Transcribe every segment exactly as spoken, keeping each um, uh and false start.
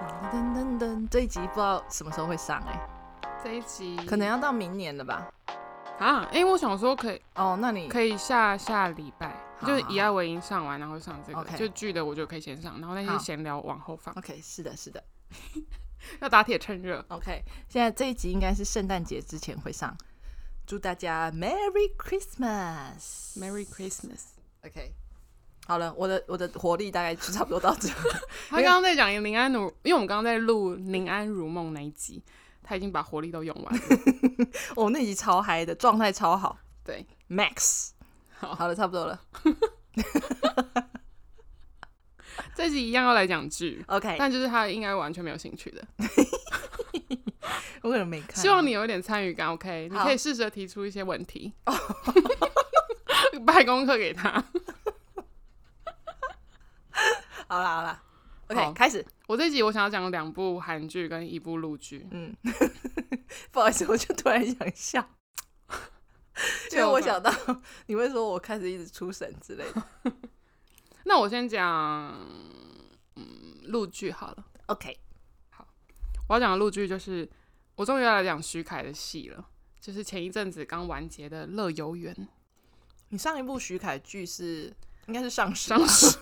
噔噔噔，这一集不知道什么时候会上哎、欸， 这一集可能要到明年了吧？ 啊，因为我想说可以哦，那你可以下下礼拜， 好就是以爱为营上完，然后上这个， OK 就剧的我就可以先上，然后那些好闲聊往后放， OK， 是的，是的要打铁趁热。 ，OK。现在这一集应该是圣诞节之前会上，祝大家 Merry Christmas， Merry Christmas。 OK， 好了，我的我的活力大概就差不多到这。 他刚刚在讲宁安如，因为我们刚刚在录宁安如梦那一集，他已经把活力都用完了。 我、哦、那集超嗨的，状态超好， 对 ，Max。 好， 好了，差不多了。 这集一样要来讲剧 OK， 但就是他应该完全没有兴趣的。 我可能没看， 希望你有一点参与感 OK， 你可以试着提出一些问题，派功课给他。 好啦好啦 OK， 好开始。 我这集我想要讲两部韩剧跟一部陆剧。 嗯，不好意思，我就突然想笑，因为我想到你会说我开始一直出神之类的。 那我先讲嗯陆剧好了。 OK， 我要讲的陆剧就是我终于要来讲徐凯的戏了，就是前一阵子刚完结的《乐游原》。 你上一部徐凯剧是应该是上市上市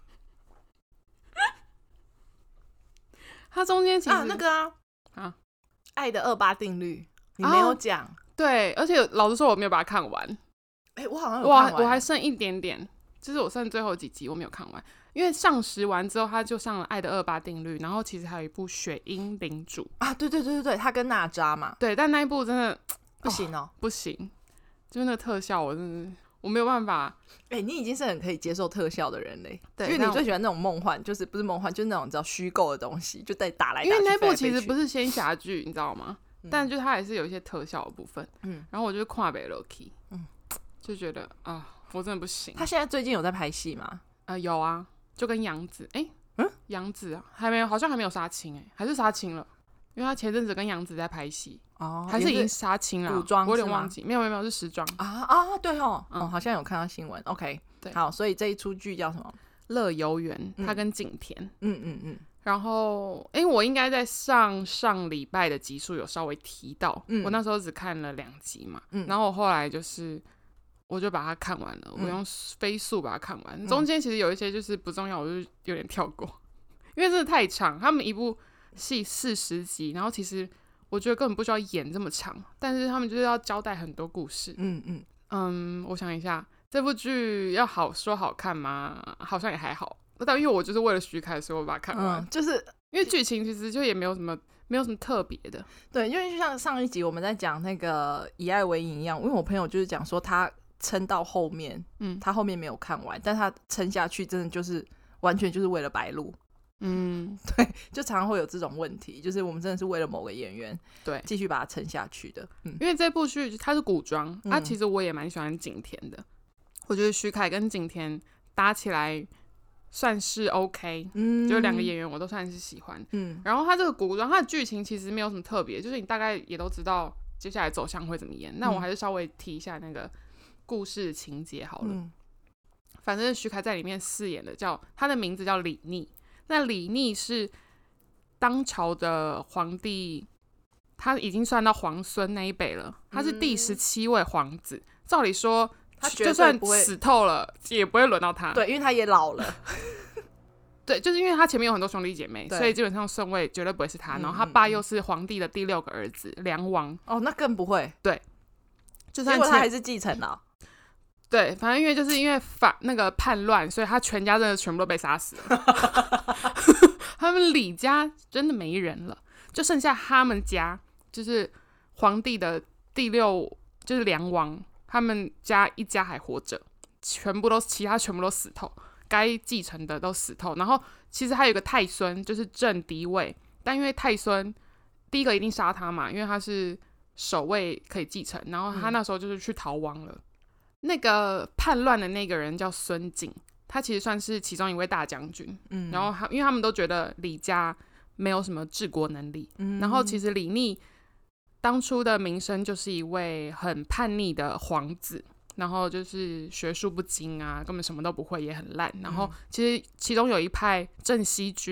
它中间其实、 啊那个啊啊爱的二八定律你没有讲、啊、 对，而且老实说我没有把它看完。 哎、欸，我好像有看完， 我我还剩一点点，就是我剩最后几集我没有看完，因为上时完之后他就上了爱的二八定律，然后其实还有一部雪鹰领主啊，对对对对对，他跟娜扎嘛， 对，但那一部真的不行哦， 哦不行，就是那个特效我真的我没有办法。 哎、欸，你已经是很可以接受特效的人嘞， 对， 因为你最喜欢那种梦幻，就是不是梦幻，就是那种你知道虚构的东西，就在打来打去。 因为那部其飞来飞去实不是仙侠剧，你知道吗？嗯、但就它还是有一些特效的部分。嗯，然后我就跨北 Loki， 嗯，就觉得啊，我真的不行。 他现在最近有在拍戏吗？ 呃，有啊，就跟杨紫，哎、欸，嗯，杨紫啊，还没有，好像还没有杀青，哎，还是杀青了。因为他前阵子跟杨紫在拍戏，哦，还是已经杀青了， 古装， 我有点忘记，没有没有没有是时装啊啊，对哦，嗯、哦，好像有看到新闻 ，OK， 对， 好，所以这一出剧叫什么？ 乐游原，他跟景甜， 嗯嗯嗯， 然后，哎，我应该在上上礼拜的集数有稍微提到，嗯、我那时候只看了两集嘛，嗯、然后我后来就是我就把它看完了，嗯、我用飞速把它看完，嗯、中间其实有一些就是不重要，我就有点跳过，因为真的太长，他们一部戏四十集，然后其实我觉得根本不需要演这么长，但是他们就是要交代很多故事。嗯嗯嗯，我想一下，这部剧要好说好看吗？好像也还好。但因为我就是为了徐凯，所以我把它看完。 嗯，就是因为剧情其实就也没有什么没有什么特别的。 对，因为就像上一集我们在讲那个以爱为营一样，因为我朋友就是讲说他撑到后面，嗯，他后面没有看完，但他撑下去真的就是完全就是为了白鹿。嗯，对，就常常会有这种问题，就是我们真的是为了某个演员，对，继续把它撑下去的。嗯， 因为这部剧它是古装，嗯、啊，其实我也蛮喜欢景甜的，我觉得徐凯跟景甜搭起来算是 OK，嗯，就两个演员我都算是喜欢。嗯，然后它这个古装，它的剧情其实没有什么特别，就是你大概也都知道接下来走向会怎么演。嗯、那我还是稍微提一下那个故事情节好了。嗯、反正徐凯在里面饰演的叫他的名字叫李逆。那李逆是当朝的皇帝，他已经算到皇孙那一辈了，他是第十七位皇子。嗯、照理说， 他就算死透了，也不会轮到他。 对，因为他也老了。 对，就是因为他前面有很多兄弟姐妹，所以基本上顺位绝对不会是他。然后他爸又是皇帝的第六个儿子梁王。 哦，那更不会。 对，就算结果他还是继承了。 对，反正因为就是因为反那个叛乱，所以他全家真的全部都被杀死了。他们李家真的没人了，就剩下他们家，就是皇帝的第六，就是梁王，他们家一家还活着，全部都其他全部都死透，该继承的都死透。然后其实还有一个太孙，就是正嫡位，但因为太孙第一个一定杀他嘛，因为他是首位可以继承，然后他那时候就是去逃亡了。嗯那个叛乱的那个人叫孙景，他其实算是其中一位大将军。嗯，然后他因为他们都觉得李家没有什么治国能力，嗯，然后其实李逆当初的名声就是一位很叛逆的皇子，然后就是学术不精啊，根本什么都不会，也很烂。然后其实其中有一派镇西军，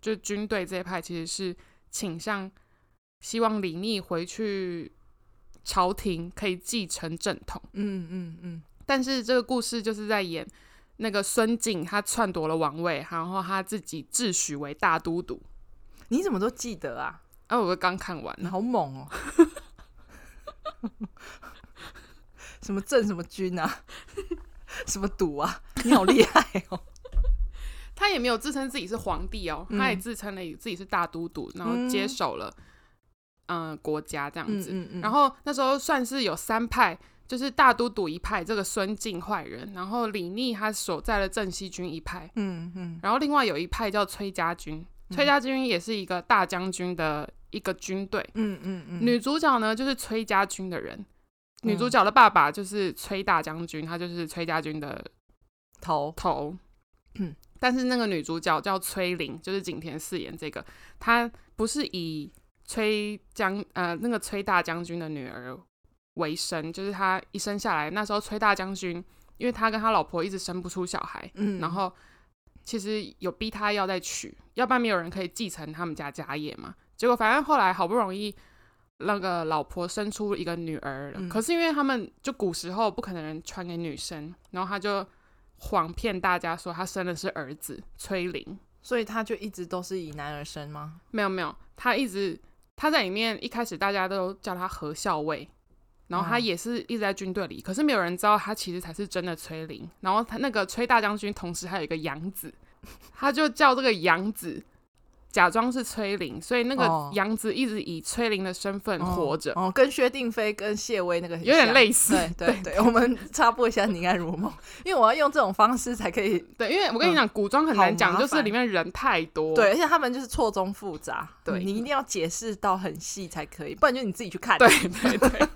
就军队这一派其实是倾向希望李密回去朝廷可以继承正统。 嗯嗯嗯。 但是这个故事就是在演那个孙敬他篡夺了王位，然后他自己自诩为大都督。 你怎么都记得啊？ 啊，我刚看完， 你好猛哦！什么正什么军啊，什么赌啊，你好厉害哦！ 他也没有自称自己是皇帝哦，嗯、他也自称了自己是大都督，然后接手了嗯、呃、国家这样子。嗯嗯嗯然后那时候算是有三派。就是大都督一派，这个孙敬坏人，然后李密他所在的镇西军一派，嗯嗯，然后另外有一派叫崔家军，嗯、崔家军也是一个大将军的一个军队，嗯嗯嗯，女主角呢就是崔家军的人，嗯、女主角的爸爸就是崔大将军，他就是崔家军的头头，嗯，但是那个女主角叫崔玲，就是景甜饰演这个，她不是以崔将呃那个崔大将军的女儿为生，就是他一生下来，那时候崔大将军，因为他跟他老婆一直生不出小孩，嗯，然后其实有逼他要再娶，要不然没有人可以继承他们家家业嘛。结果反正后来好不容易那个老婆生出一个女儿了，嗯、可是因为他们就古时候不可能传给女生，然后他就谎骗大家说他生的是儿子崔玲， 所以他就一直都是以男儿身吗？ 没有没有，他一直他在里面一开始大家都叫他何校尉。然后他也是一直在军队里，可是没有人知道他其实才是真的崔玲。然后他那个崔大将军同时还有一个养子，他就叫这个养子假装是崔玲，所以那个养子一直以崔玲的身份活着。 哦，哦跟薛定妃跟谢薇那个很有点类似。 对对 对, 对，我们插播一下《你爱如梦》，因为我要用这种方式才可以。 对，因为我跟你讲，嗯、古装很难讲，就是里面人太多。 对，而且他们就是错综复杂。对、嗯，你一定要解释到很细才可以，不然就你自己去看。 对对对。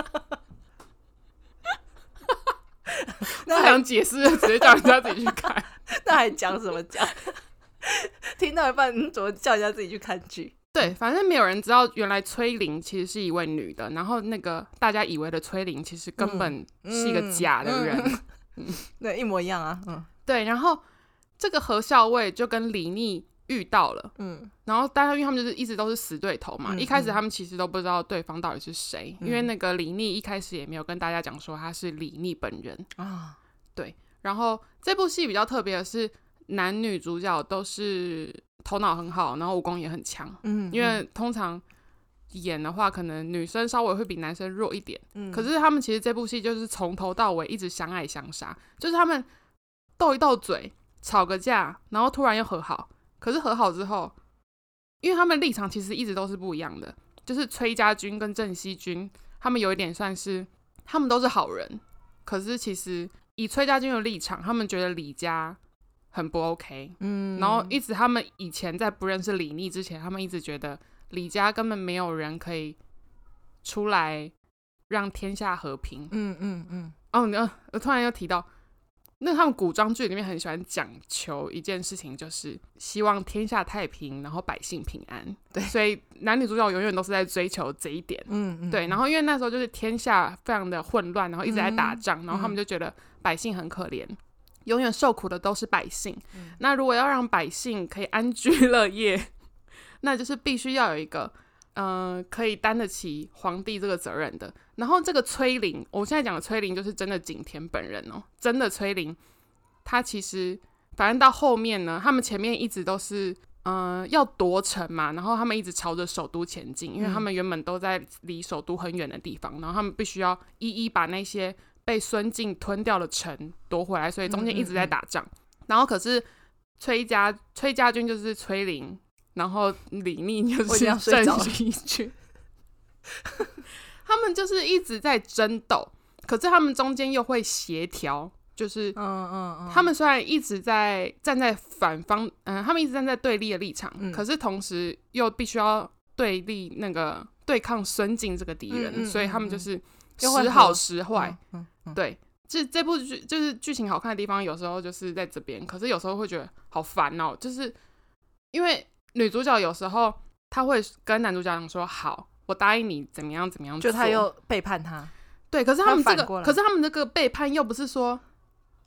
不想解释，直接叫人家自己去看。 那还讲什么讲？听到一半，怎么叫人家自己去看剧？ 对，反正没有人知道，原来崔玲其实是一位女的，然后那个大家以为的崔玲，其实根本是一个假的人。嗯嗯嗯、对，一模一样啊。嗯， 对。然后这个何校尉就跟李密遇到了，嗯，然后大家因为他们就是一直都是死对头嘛，嗯、一开始他们其实都不知道对方到底是谁，嗯、因为那个李密一开始也没有跟大家讲说他是李密本人啊。对，然后这部戏比较特别的是，男女主角都是头脑很好，然后武功也很强，嗯，因为通常演的话，可能女生稍微会比男生弱一点，嗯，可是他们其实这部戏就是从头到尾一直相爱相杀，就是他们斗一斗嘴，吵个架，然后突然又和好。可是和好之后，因为他们立场其实一直都是不一样的，就是崔家军跟镇西军，他们有一点算是他们都是好人，可是其实以崔家军的立场，他们觉得李家很不 OK，嗯，然后一直他们以前在不认识李密之前，他们一直觉得李家根本没有人可以出来让天下和平，嗯嗯嗯。哦，你我突然又提到。那他们古装剧里面很喜欢讲求一件事情，就是希望天下太平，然后百姓平安。对，所以男女主角永远都是在追求这一点。嗯嗯。对，然后因为那时候就是天下非常的混乱，然后一直在打仗，嗯、然后他们就觉得百姓很可怜，永远受苦的都是百姓。嗯、那如果要让百姓可以安居乐业，那就是必须要有一个。嗯、呃，可以担得起皇帝这个责任的。然后这个崔玲，我现在讲的崔玲就是真的景甜本人哦，真的崔玲，她其实反正到后面呢，他们前面一直都是嗯、呃、要夺城嘛，然后他们一直朝着首都前进，因为他们原本都在离首都很远的地方，然后他们必须要一一把那些被孙敬吞掉的城夺回来，所以中间一直在打仗。嗯嗯嗯然后可是崔家崔家军就是崔玲。然后李密就是镇西军，他们就是一直在争斗，可是他们中间又会协调，就是嗯嗯嗯，他们虽然一直在站在反方，嗯、呃，他们一直站在对立的立场，嗯、可是同时又必须要对立那个对抗孙敬这个敌人，嗯嗯嗯嗯所以他们就是时好时坏，嗯嗯嗯对。这这部剧就是剧情好看的地方，有时候就是在这边，可是有时候会觉得好烦哦，就是因为。女主角有时候她会跟男主角讲说好我答应你怎么样怎么样做， 就她又背叛他。 对，可是他们这个可是他们这个背叛又不是说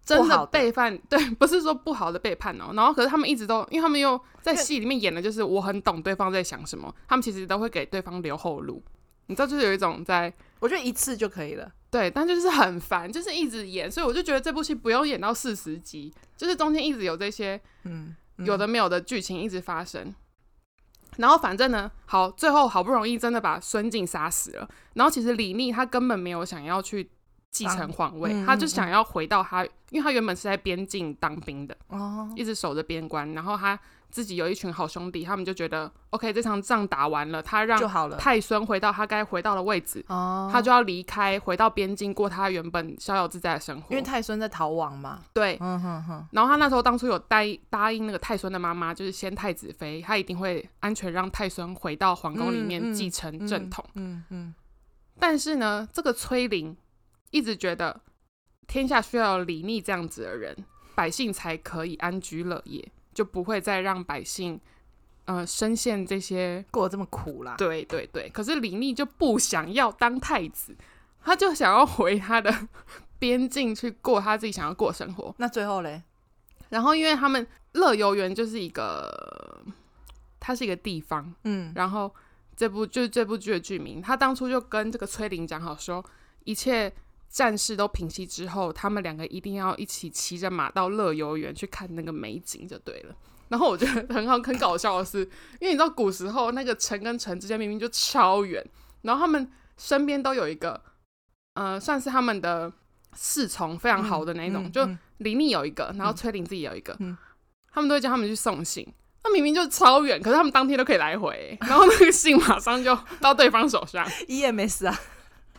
真的背叛，对，不是说不好的背叛哦。然后可是他们一直都，因为他们又在戏里面演的就是我很懂对方在想什么，他们其实都会给对方留后路。你知道，就是有一种在， 我觉得一次就可以了。 对，但就是很烦，就是一直演，所以我就觉得这部戏不用演到四十集，就是中间一直有这些嗯有的没有的剧情一直发生。然后反正呢，好，最后好不容易真的把孙静杀死了。然后其实李密他根本没有想要去继承皇位，啊嗯、他就想要回到他，因为他原本是在边境当兵的，哦，一直守着边关。然后他自己有一群好兄弟，他们就觉得 OK， 这场仗打完了，他让太孙回到他该回到的位置，哦，他就要离开，回到边境过他原本逍遥自在的生活。 因为太孙在逃亡嘛， 对，嗯哼哼。然后他那时候当初有答答应那个太孙的妈妈，就是先太子妃，他一定会安全让太孙回到皇宫里面继承正统。嗯 嗯, 嗯, 嗯。但是呢，这个崔玲一直觉得天下需要有李密这样子的人，百姓才可以安居乐业。就不会再让百姓，呃，深陷这些过得这么苦啦。 对对对，可是李密就不想要当太子，他就想要回他的边境去过他自己想要过的生活。 那最后嘞？ 然后因为他们乐游原就是一个，它是一个地方，嗯，然后这部就是这部剧的剧名，他当初就跟这个崔玲讲好说，一切战事都平息之后，他们两个一定要一起骑着马到乐游原去看那个美景就对了。然后我觉得很好很搞笑的是，因为你知道古时候那个城跟城之间明明就超远，然后他们身边都有一个呃算是他们的侍从非常好的那种，嗯嗯、就李密有一个，然后崔玲自己有一个，嗯、他们都会叫他们去送信。那明明就超远，可是他们当天都可以来回，然后那个信马上就到对方手上 E M S 啊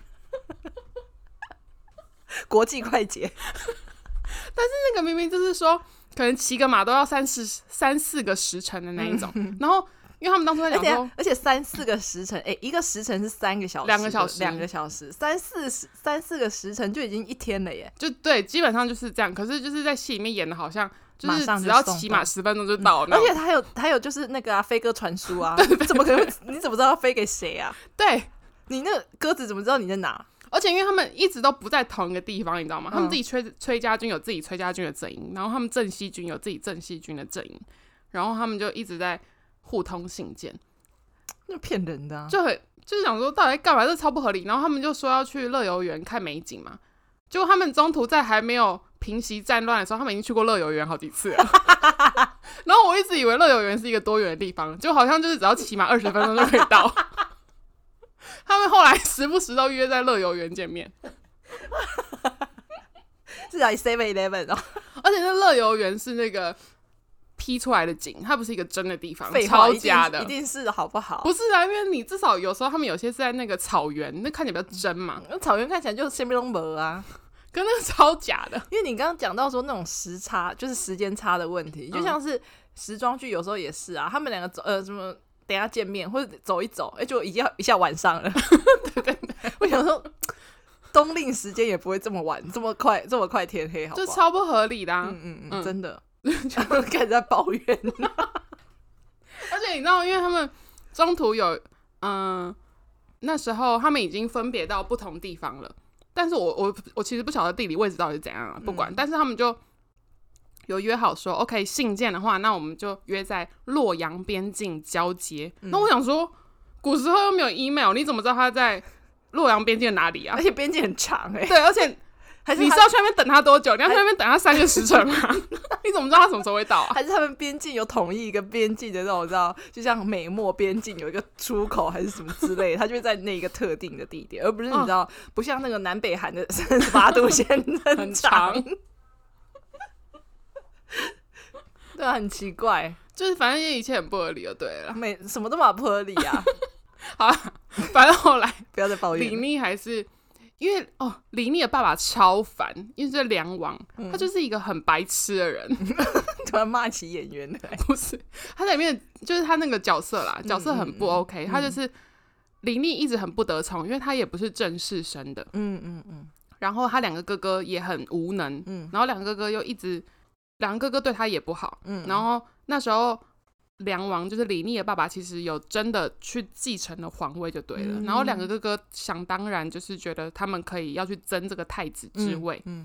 国际快捷但是那个明明就是说可能骑个马都要三四三四个时辰的那一种、嗯、然后因为他们当初在讲说而且三四个时辰，哎、欸，一个时辰是三个小时， 两个小时， 两个小时，三四三四个时辰就已经一天了耶， 就对，基本上就是这样。可是就是在戏里面演的好像就是只要骑马十分钟就到了、 嗯、而且还有还有就是那个啊飞鸽传书啊对对对，怎么可能你怎么知道要飞给谁啊？ 对， 你那个鸽子怎么知道你在哪？ 而且因为他们一直都不在同一个地方，你知道吗？他们自己崔崔家军有自己崔家军的阵营，然后他们镇西军有自己镇西军的阵营，然后他们就一直在互通信件， 那骗人的、啊， 就很就是想说到底在干嘛？这超不合理。然后他们就说要去乐游原看美景嘛，结果他们中途在还没有平息战乱的时候，他们已经去过乐游原好几次了。然后我一直以为乐游原是一个多远的地方，就好像就是只要骑马二十分钟就可以到。他们后来时不时都约在乐游原见面， 至少 seven eleven 哦。 而且那乐游原是那个 P 出来的景，它不是一个真的地方，超假的， 一定是好不好？ 不是啊，因为你至少有时候他们有些是在那个草原，那看起来比较真嘛。 那、嗯、草原看起来就是什么都没啊， 跟那个超假的。 因为你刚刚讲到说那种时差，就是时间差的问题，就像是时装剧有时候也是啊，他们两个走呃什么。等一下见面或者走一走，哎、欸，就已经一下晚上了。对对对，我想说，冬令时间也不会这么晚，这么快，这么快天黑，好不好？ 就超不合理的、啊。嗯嗯嗯，真的，就开始在抱怨。 而且你知道，因为他们中途有，嗯、呃，那时候他们已经分别到不同地方了，但是我我我其实不晓得地理位置到底是怎样啊，不管，嗯、但是他们就。有约好说 OK 信件的话，那我们就约在洛阳边境交接、嗯、那我想说古时候又没有 email， 你怎么知道他在洛阳边境哪里啊？ 而且边境很长哎、欸， 对，而且还是你是要去那边等他多久？你要去那边等他三个时辰吗？你怎么知道他什么时候会到啊？ 还是他们边境有统一一个边境的那种，知道就像美墨边境有一个出口还是什么之类的，他就会在那个特定的地点，而不是你知道、哦、不像那个南北韩的三十八度线很长对啊，很奇怪， 就是反正一切很不合理就对了， 没什么都嘛不合理啊。 好啊，反正后来不要再抱怨。 李密还是因为哦，李密的爸爸超烦，因为这梁王、嗯、他就是一个很白痴的人， 突然骂起演员来， 不是他在里面就是他那个角色啦，角色很不 OK，、嗯嗯、他就是李密一直很不得宠，因为他也不是正式生的，嗯嗯嗯，然后他两个哥哥也很无能，嗯，然后两个哥哥又一直。两个哥哥对他也不好、嗯、然后那时候梁王就是李密的爸爸其实有真的去继承了皇位就对了、嗯、然后两个哥哥想当然就是觉得他们可以要去争这个太子之位、嗯嗯、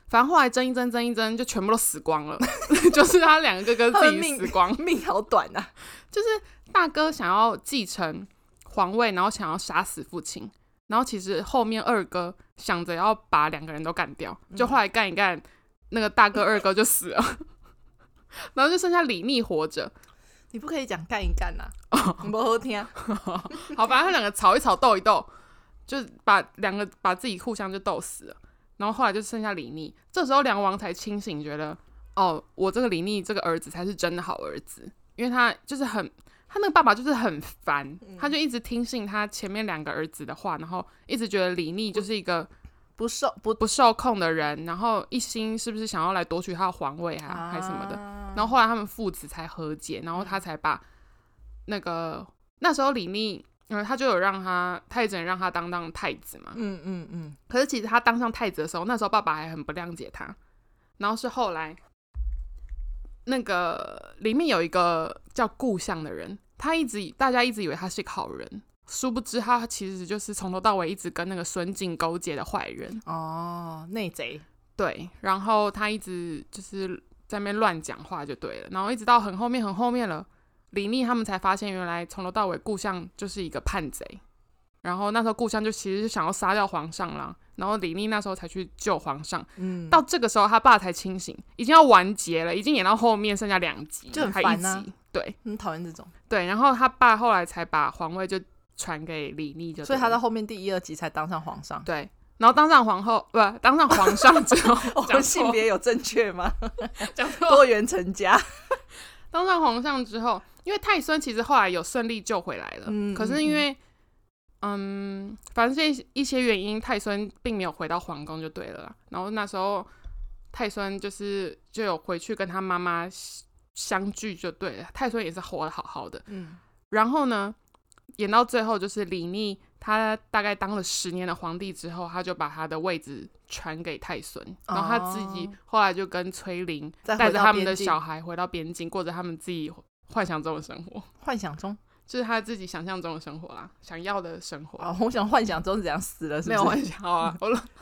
反正后来争一争争一争就全部都死光了就是他两个哥哥自己死光， 命, 命好短啊。 就是大哥想要继承皇位，然后想要杀死父亲，然后其实后面二哥想着要把两个人都干掉，就后来干一干，那个大哥二哥就死了然后就剩下李密活着。 你不可以讲干一干啊，不好听啊好，反正他两个吵一吵斗一斗，就把两个把自己互相就斗死了。然后后来就剩下李密，这时候梁王才清醒，觉得哦，我这个李密这个儿子才是真的好儿子，因为他就是很他那个爸爸就是很烦，他就一直听信他前面两个儿子的话，然后一直觉得李密就是一个不受不不受控的人，然后一心是不是想要来夺取他的皇位啊，啊还是什么的。然后后来他们父子才和解，然后他才把那个那时候李密，嗯，他就有让他太子让他当当太子嘛， 嗯嗯嗯。 可是其实他当上太子的时候，那时候爸爸还很不谅解他，然后是后来那个里面有一个叫顾相的人，他一直大家一直以为他是一个好人，殊不知他其实就是从头到尾一直跟那个孙敬勾结的坏人哦，内贼。 对，然后他一直就是在那边乱讲话就对了，然后一直到很后面很后面了，李密他们才发现原来从头到尾顾相就是一个叛贼，然后那时候顾相就其实就想要杀掉皇上啦，然后李密那时候才去救皇上、嗯、到这个时候他爸才清醒，已经要完结了，已经演到后面剩下两集就很烦啊， 还一集，对， 很讨厌这种。 对，然后他爸后来才把皇位就传给李密，就所以他在后面第一二集才当上皇上。 对，然后当上皇后不当上皇上之后我们性别有正确吗？多元成家当上皇上之后，因为太孙其实后来有顺利救回来了、嗯、可是因为嗯反正这一些原因太孙并没有回到皇宫就对了啦，然后那时候太孙就是就有回去跟他妈妈相聚就对了，太孙也是活得好好的、嗯、然后呢演到最后就是李密他大概当了十年的皇帝之后，他就把他的位置传给太孙、哦、然后他自己后来就跟崔玲带着他们的小孩回到边境，过着他们自己幻想中的生活。 幻想中就是他自己想象中的生活啦，想要的生活、 哦、我想幻想中是怎样死了是不是？ 没有幻想好啊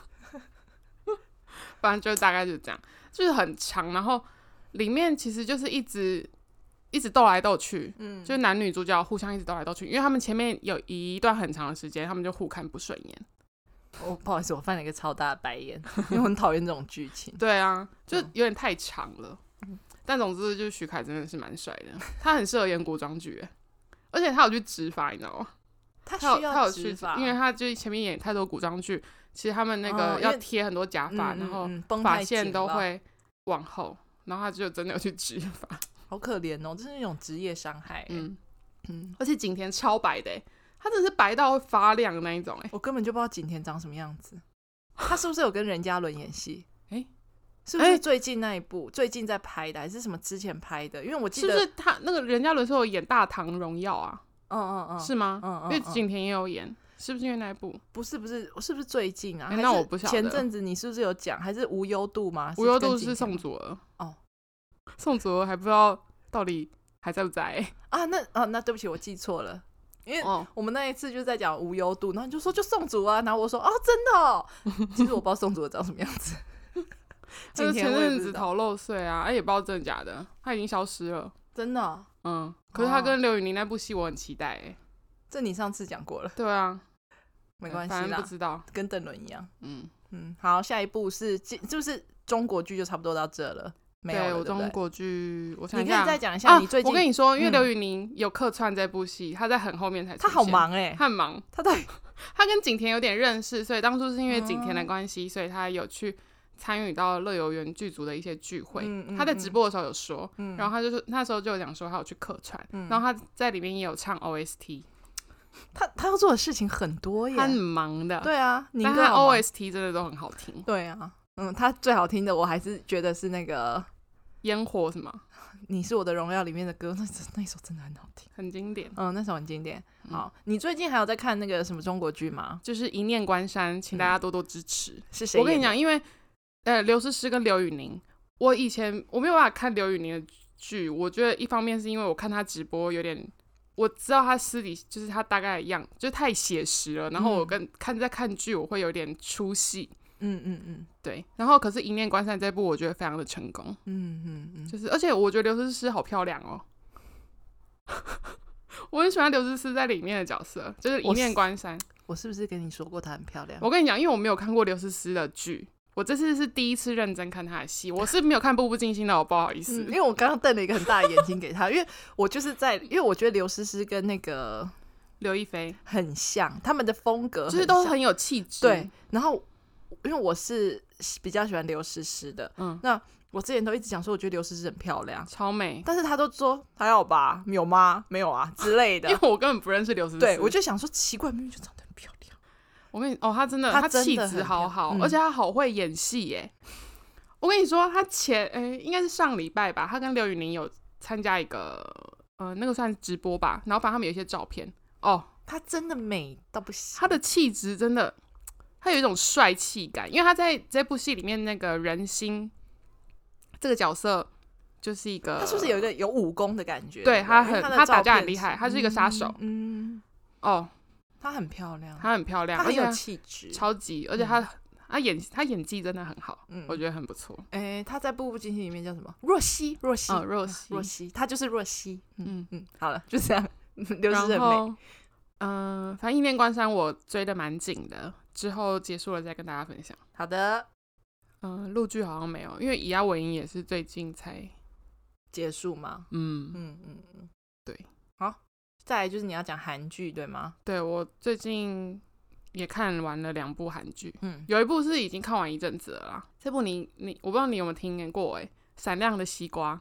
反正就大概就是这样，就是很长，然后里面其实就是一直一直斗来斗去、嗯、就是男女主角互相一直斗来斗去，因为他们前面有一段很长的时间他们就互看不顺眼。 哦，不好意思，我翻了一个超大的白眼因为我很讨厌这种剧情对啊，就有点太长了、嗯、但总之就是徐凯真的是蛮帅的，他很适合演古装剧，而且他有去执法你知道吗？ 他需要执法， 因为他就前面演太多古装剧，其实他们那个要贴很多假发、哦、然后发线都会往后，然后他就真的有去执法， 好可怜哦，这是那种职业伤害。嗯嗯，而且景甜超白的，他真的是白到会发亮的那一种。 我根本就不知道景甜长什么样子。他是不是有跟任嘉伦演戏？哎，是不是最近那一部、欸、最近在拍的，还是什么之前拍的？因为我记得是不是他那个任嘉伦是有演《大唐荣耀》啊？ 嗯嗯嗯， 是吗？ 嗯嗯， 因为景甜也有演。是不是因为那一部？ 不是不是，是不是最近啊？ 欸、那我不晓得。 前阵子你是不是有讲？还是无忧度吗？ 无忧度是宋祖儿哦，宋祖儿还不知道到底还在不在、欸、 啊？那啊那对不起，我记错了，因为我们那一次就在讲无忧度，然后你就说就宋祖啊，然后我说哦真的哦，其实我不知道宋祖儿长什么样子。 就是前阵子逃漏税啊，哎、欸、也不知道真的假的，他已经消失了， 真的、哦。 嗯，可是他跟刘宇宁那部戏我很期待哎、欸。 这你上次讲过了。 对啊。 没关系啦， 反正不知道， 跟邓伦一样。嗯嗯，好，下一部是就是中国剧就差不多到这了，没有了，对我中国剧，我想一下，你可以再讲一下你最近、 啊。我跟你说，因为刘宇宁有客串这部戏，嗯、他在很后面才出现， 他好忙哎、欸， 他很忙， 他对， 他跟景甜有点认识，所以当初是因为景甜的关系、嗯，所以他有去参与到乐游原剧组的一些聚会、嗯嗯。他在直播的时候有说，嗯、然后他就是那时候就有讲说他有去客串、嗯，然后他在里面也有唱 O S T。 他他要做的事情很多耶， 他很忙的。 对啊，你但他 O S T 真的都很好听。 对啊，嗯，他最好听的我还是觉得是那个烟火什么， 你是我的荣耀里面的歌，那那一首真的很好听， 很经典。 嗯，那首很经典。好，嗯、你最近还有在看那个什么中国剧吗？ 就是一念关山，请大家多多支持。嗯、 是谁？ 我跟你讲，因为呃刘诗诗跟刘宇宁，我以前我没有办法看刘宇宁的剧，我觉得一方面是因为我看他直播有点。我知道他私底就是他大概的样，就是太写实了。然后我跟、嗯、看在看剧，我会有点出戏。 嗯嗯嗯， 对。然后可是《一念关山》这部我觉得非常的成功， 嗯嗯嗯， 就是而且我觉得刘诗诗好漂亮哦。我很喜欢刘诗诗在里面的角色，就是《一念关山》。 我是不是跟你说过她很漂亮？ 我跟你讲，因为我没有看过刘诗诗的剧，我这次是第一次认真看她的戏，我是没有看《步步惊心》的，我不好意思、 嗯，因为我刚刚瞪了一个很大的眼睛给她，因为我就是在，因为我觉得刘诗诗跟那个刘亦菲很像，他们的风格就是都很有气质。 对，然后因为我是比较喜欢刘诗诗的，嗯，那我之前都一直讲说，我觉得刘诗诗很漂亮， 超美， 但是她都说还好吧，有吗？没有啊之类的， 因为我根本不认识刘诗诗。 对，我就想说奇怪，明明就长得很漂亮。 我跟你哦，她真的， 她气质好好、嗯，而且她好会演戏耶。我跟你说，她前诶、欸、应该是上礼拜吧，她跟刘宇宁有参加一个呃那个算直播吧，然后反正他们有一些照片哦， 她真的美到不行， 她的气质真的，她有一种帅气感，因为她在这部戏里面那个人心这个角色就是一个， 她是不是有一个有武功的感觉？ 对，她很她打架很厉害，她是一个杀手， 嗯，嗯哦。 她很漂亮， 她很漂亮， 她很有气质， 超级，而且她她、嗯、演她演技真的很好，嗯，我觉得很不错。 哎、欸，她在《步步惊心》里面叫什么？若曦，若曦， 哦，若曦， 若曦，她就是若曦。嗯嗯，好了，就这样。刘诗诗很美。 嗯、呃，反正《一念关山》我追得蛮紧的，之后结束了再跟大家分享。 好的。 嗯、呃，陆剧好像没有，因为《以牙为营》也是最近才结束嘛。嗯嗯嗯嗯， 对。 好。再来就是你要讲韩剧对吗？ 对，我最近也看完了两部韩剧， 嗯，有一部是已经看完一阵子了啦。这部你你我不知道你有没有听过哎，《闪亮的西瓜》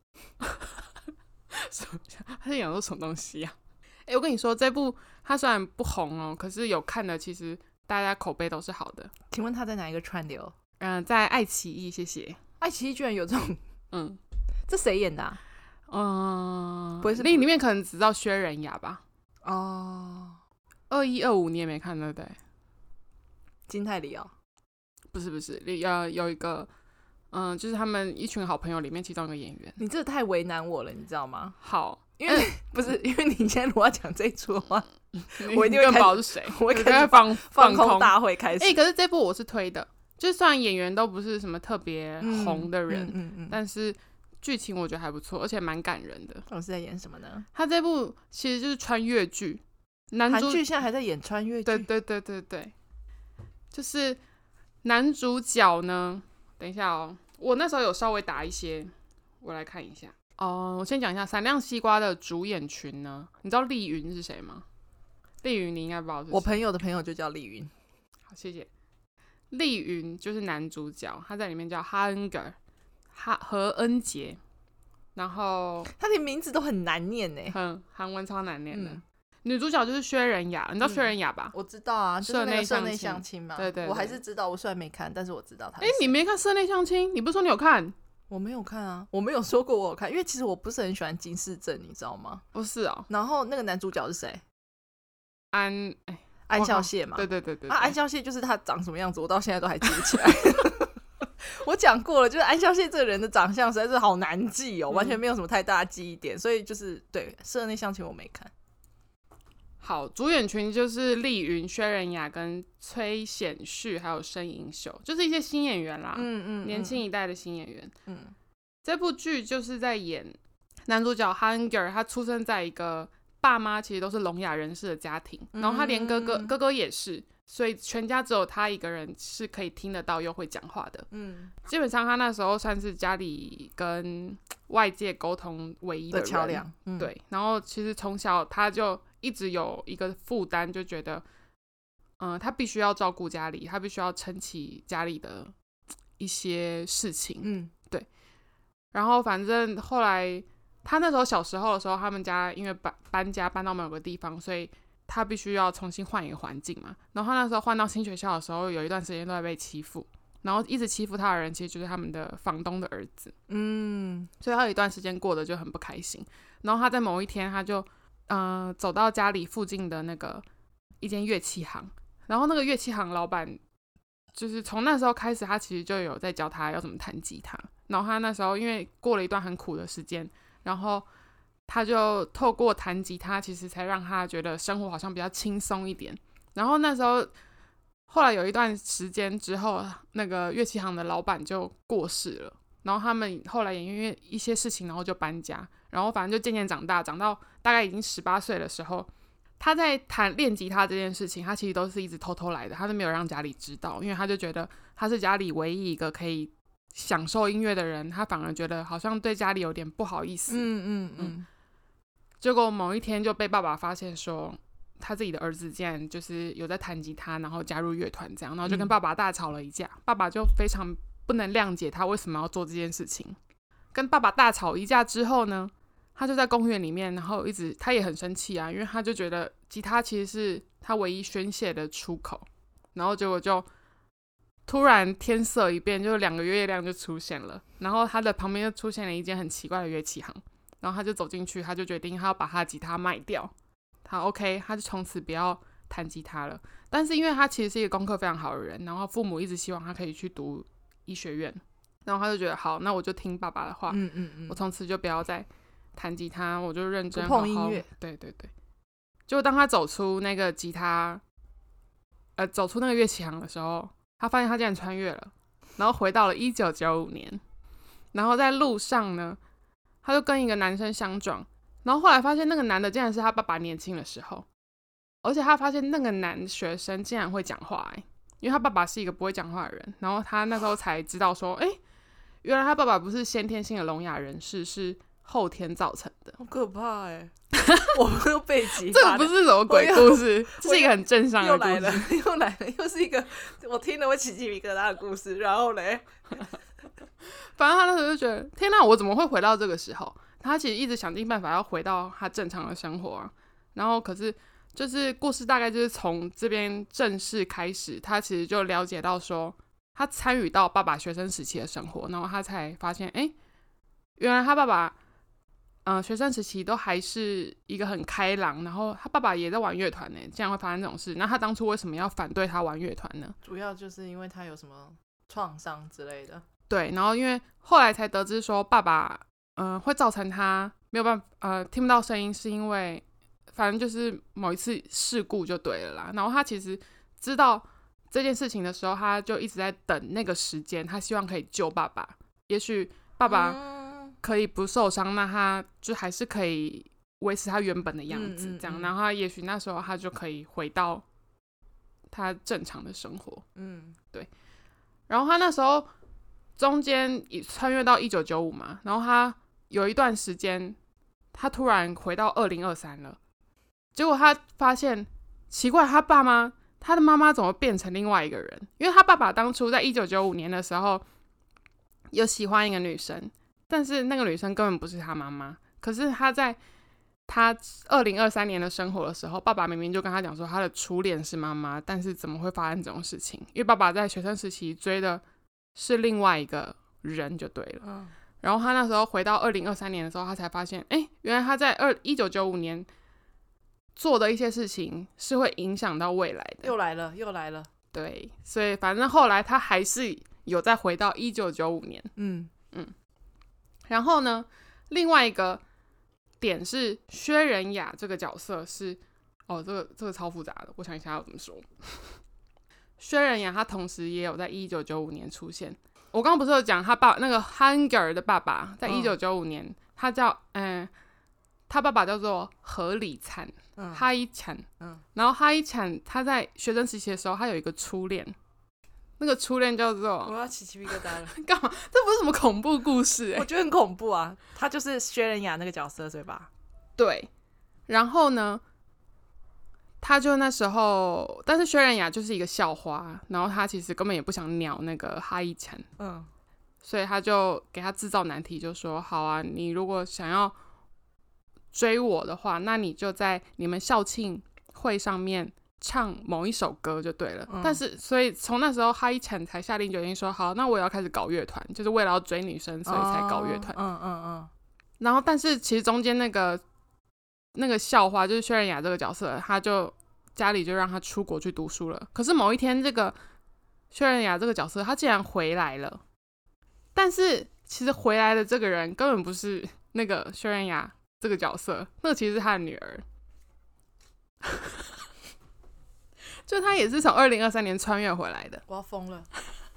他在讲说什么东西啊？哎，我跟你说，这部它虽然不红哦，可是有看的其实大家口碑都是好的。 请问他在哪一个串流？ 嗯、呃，在爱奇艺，谢谢。 爱奇艺居然有这种， 嗯， 这谁演的啊？ 嗯， 不会是里里面可能只知道薛仁雅吧？ 哦， 二一二五你也没看对不对？ 金泰梨哦， 不是不是，有有一个，嗯，就是他们一群好朋友里面其中一个演员。 你这个太为难我了，你知道吗？ 好， 因为、嗯、不是因为你现在如果要讲这一出的话，我一定会不知道是谁， 我会开始放放空大会开始。 哎、欸，可是这部我是推的，就虽然演员都不是什么特别红的人，嗯嗯嗯嗯、但是。剧情我觉得还不错，而且蛮感人的。 我是在演什么呢？ 他这部其实就是穿越剧，男主韩剧现在还在演穿越剧。 对对对对对，就是男主角呢。等一下哦，我那时候有稍微打一些，我来看一下。哦、呃，我先讲一下《闪亮西瓜》的主演群呢。你知道丽云是谁吗？丽云你应该不知道是谁。 我朋友的朋友就叫丽云。 好，谢谢。丽云就是男主角，他在里面叫哈恩格尔。哈何恩杰，然后他连名字都很难念呢， 很韩文超难念的、嗯。女主角就是薛仁雅，你知道薛仁雅吧？ 嗯、我知道啊，就是那个社内相亲嘛。 对, 对对， 我还是知道，我虽然没看，但是我知道他。 哎、欸，你没看社内相亲？你不是说你有看？ 我没有看啊，我没有说过我有看，因为其实我不是很喜欢金世正，你知道吗？ 不是哦。 然后那个男主角是谁？ 安哎， 安孝燮嘛。 对对对 对, 對。 啊，安孝燮就是他长什么样子，我到现在都还记不起来。我讲过了，就是安孝燮这个人的长相实在是好难记哦、嗯，完全没有什么太大的记忆点，所以就是对社内相亲我没看。 好，主演群就是丽云、薛仁雅跟崔显旭，还有申银秀，就是一些新演员啦，嗯 嗯, 嗯，年轻一代的新演员。嗯，这部剧就是在演男主角哈恩格尔，他出生在一个爸妈其实都是聋哑人士的家庭，然后他连哥哥、嗯、哥哥也是。所以全家只有他一个人是可以听得到又会讲话的，嗯，基本上他那时候算是家里跟外界沟通唯一的人的桥梁，嗯， 对。然后其实从小他就一直有一个负担，就觉得，嗯、呃，他必须要照顾家里，他必须要撑起家里的一些事情，嗯，对。然后反正后来他那时候小时候的时候，他们家因为搬搬家搬到某个地方，所以。他必须要重新换一个环境嘛，然后他那时候换到新学校的时候，有一段时间都在被欺负，然后一直欺负他的人其实就是他们的房东的儿子，嗯，所以他有一段时间过得就很不开心。然后他在某一天，他就呃走到家里附近的那个一间乐器行，然后那个乐器行老板就是从那时候开始，他其实就有在教他要怎么弹吉他。然后他那时候因为过了一段很苦的时间，然后他就透过弹吉他，其实才让他觉得生活好像比较轻松一点。然后那时候， 后来有一段时间之后，那个乐器行的老板就过世了，然后他们后来也因为一些事情，然后就搬家，然后反正就渐渐长大，长到大概已经十八岁的时候，他在弹练吉他这件事情，他其实都是一直偷偷来的，他都没有让家里知道，因为他就觉得他是家里唯一一个可以享受音乐的人，他反而觉得好像对家里有点不好意思。 嗯嗯嗯。 结果某一天就被爸爸发现说，他自己的儿子竟然就是有在弹吉他，然后加入乐团这样，然后就跟爸爸大吵了一架。嗯、爸爸就非常不能谅解他为什么要做这件事情。跟爸爸大吵一架之后呢，他就在公园里面，然后一直他也很生气啊，因为他就觉得吉他其实是他唯一宣泄的出口。然后结果就突然天色一变，就两个月亮就出现了，然后他的旁边就出现了一间很奇怪的乐器行。然后他就走进去，他就决定他要把他的吉他卖掉。他 OK， 他就从此不要弹吉他了。但是因为他其实是一个功课非常好的人，然后父母一直希望他可以去读医学院，然后他就觉得好，那我就听爸爸的话， 嗯嗯嗯， 我从此就不要再弹吉他，我就认真好好不碰音乐。 对对对。就当他走出那个吉他，呃，走出那个乐器行的时候，他发现他竟然穿越了，然后回到了一九九五年，然后在路上呢。他就跟一个男生相撞，然后后来发现那个男的竟然是他爸爸年轻的时候，而且他发现那个男学生竟然会讲话、欸，因为他爸爸是一个不会讲话的人，然后他那时候才知道说，哎、欸，原来他爸爸不是先天性的聋哑人士，是后天造成的， 好可怕哎、欸！我们又被激发，这个不是什么鬼故事，这是一个很正常的故事。 又来了，又来了，又是一个我听了会起鸡皮疙瘩的故事。然后嘞。 反正他那时候就觉得，天哪，我怎么会回到这个时候？他其实一直想尽办法要回到他正常的生活啊。然后可是就是故事大概就是从这边正式开始，他其实就了解到说，他参与到爸爸学生时期的生活，然后他才发现，哎，原来他爸爸，嗯、呃，学生时期都还是一个很开朗，然后他爸爸也在玩乐团呢，竟然会发生这种事。那他当初为什么要反对他玩乐团呢？ 主要就是因为他有什么创伤之类的。 对，然后因为后来才得知说，爸爸嗯、呃、会造成他没有办法呃听不到声音，是因为反正就是某一次事故就对了啦。然后他其实知道这件事情的时候，他就一直在等那个时间，他希望可以救爸爸。也许爸爸可以不受伤，那他就还是可以维持他原本的样子，这样。嗯嗯嗯然后他也许那时候他就可以回到他正常的生活。嗯，对。然后他那时候。中间穿越到一九九五嘛，然后他有一段时间，他突然回到二零二三了。结果他发现奇怪，他爸妈，他的妈妈怎么变成另外一个人？因为他爸爸当初在一九九五年的时候有喜欢一个女生，但是那个女生根本不是他妈妈。可是他在他二零二三年的生活的时候，爸爸明明就跟他讲说他的初恋是妈妈，但是怎么会发生这种事情？因为爸爸在学生时期追的是另外一个人就对了。嗯、然后他那时候回到二零二三年的时候，他才发现，哎，原来他在一九九五年做的一些事情是会影响到未来的。 又来了，又来了。 对，所以反正后来他还是有再回到一九九五年。嗯嗯。然后呢，另外一个点是薛仁雅这个角色是，哦，这个这个超复杂的，我想一下要怎么说。薛仁雅他同时也有在一九九五年出现。我刚刚不是有讲他爸那个 Hunger 的爸爸，在一九九五年，嗯、他叫嗯、呃，他爸爸叫做何礼灿，嗯、哈一强，嗯，然后哈一强他在学生时期的时候，他有一个初恋，那个初恋叫做我要起鸡皮疙瘩了， 干嘛？这不是什么恐怖故事、欸？ 我觉得很恐怖啊！他就是薛仁雅那个角色，对吧？ 对，然后呢？他就那时候，但是薛仁雅就是一个校花，然后他其实根本也不想鸟那个哈一强，嗯，所以他就给他制造难题，就说：好啊，你如果想要追我的话，那你就在你们校庆会上面唱某一首歌就对了。嗯、但是，所以从那时候哈一强才下定决心说：好，那我也要开始搞乐团，就是为了要追女生，所以才搞乐团。嗯嗯嗯。然后，但是其实中间那个。那个校花就是薛仁雅这个角色，他就家里就让他出国去读书了。可是某一天，这个薛仁雅这个角色他竟然回来了，但是其实回来的这个人根本不是那个薛仁雅这个角色，那个其实是他的女儿。 就他也是从二零二三年穿越回来的。 我要疯了。